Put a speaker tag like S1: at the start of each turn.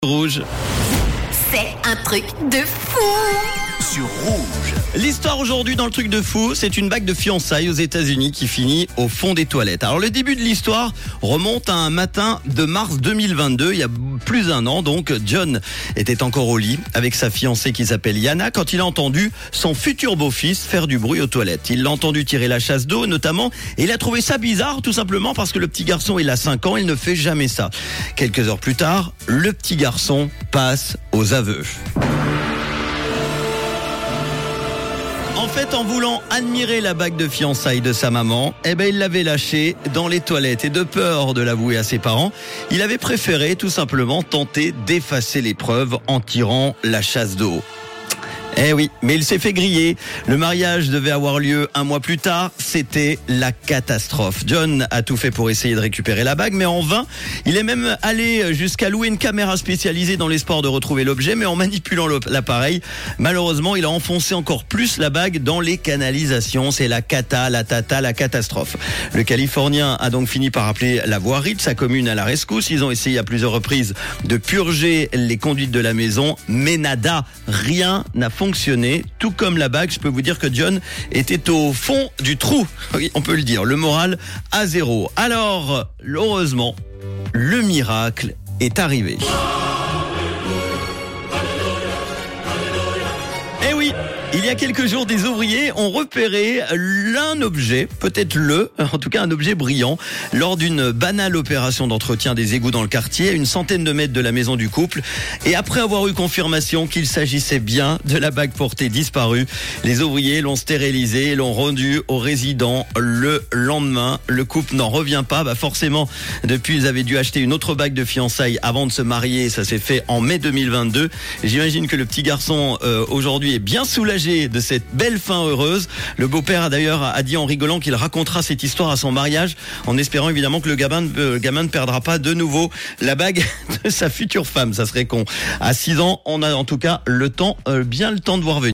S1: Rouge.
S2: C'est un truc de fou.
S3: Sur Rouge.
S1: L'histoire aujourd'hui dans le truc de fou, c'est une bague de fiançailles aux États-Unis qui finit au fond des toilettes. Alors le début de l'histoire remonte à un matin de mars 2022, il y a plus d'un an donc. John était encore au lit avec sa fiancée qui s'appelle Yana quand il a entendu son futur beau-fils faire du bruit aux toilettes. Il l'a entendu tirer la chasse d'eau notamment et il a trouvé ça bizarre tout simplement parce que le petit garçon il a 5 ans, il ne fait jamais ça. Quelques heures plus tard, le petit garçon passe aux aveux. En fait, en voulant admirer la bague de fiançailles de sa maman, il l'avait lâchée dans les toilettes. Et de peur de l'avouer à ses parents, il avait préféré tout simplement tenter d'effacer les preuves en tirant la chasse d'eau. Eh oui, mais il s'est fait griller. Le mariage devait avoir lieu un mois plus tard. C'était la catastrophe. John a tout fait pour essayer de récupérer la bague, mais en vain. Il est même allé jusqu'à louer une caméra spécialisée dans l'espoir de retrouver l'objet, mais en manipulant l'appareil, malheureusement, il a enfoncé encore plus la bague dans les canalisations. C'est la catastrophe. Le Californien a donc fini par appeler la voirie de sa commune à la rescousse. Ils ont essayé à plusieurs reprises de purger les conduites de la maison, mais nada, rien n'a fonctionné, tout comme la bague. Je peux vous dire que John était au fond du trou. Oui, on peut le dire. Le moral à zéro. Alors, heureusement, le miracle est arrivé. Eh oui, il y a quelques jours, des ouvriers ont repéré l'un objet, peut-être en tout cas un objet brillant, lors d'une banale opération d'entretien des égouts dans le quartier, à une centaine de mètres de la maison du couple. Et après avoir eu confirmation qu'il s'agissait bien de la bague portée disparue, les ouvriers l'ont stérilisée et l'ont rendue aux résidents le lendemain. Le couple n'en revient pas. Forcément, depuis, ils avaient dû acheter une autre bague de fiançailles avant de se marier. Ça s'est fait en mai 2022. J'imagine que le petit garçon, aujourd'hui, est bien soulagé de cette belle fin heureuse. Le beau-père a dit en rigolant qu'il racontera cette histoire à son mariage, en espérant évidemment que le gamin ne perdra pas de nouveau la bague de sa future femme. Ça serait con. À 6 ans, on a en tout cas bien le temps de voir venir.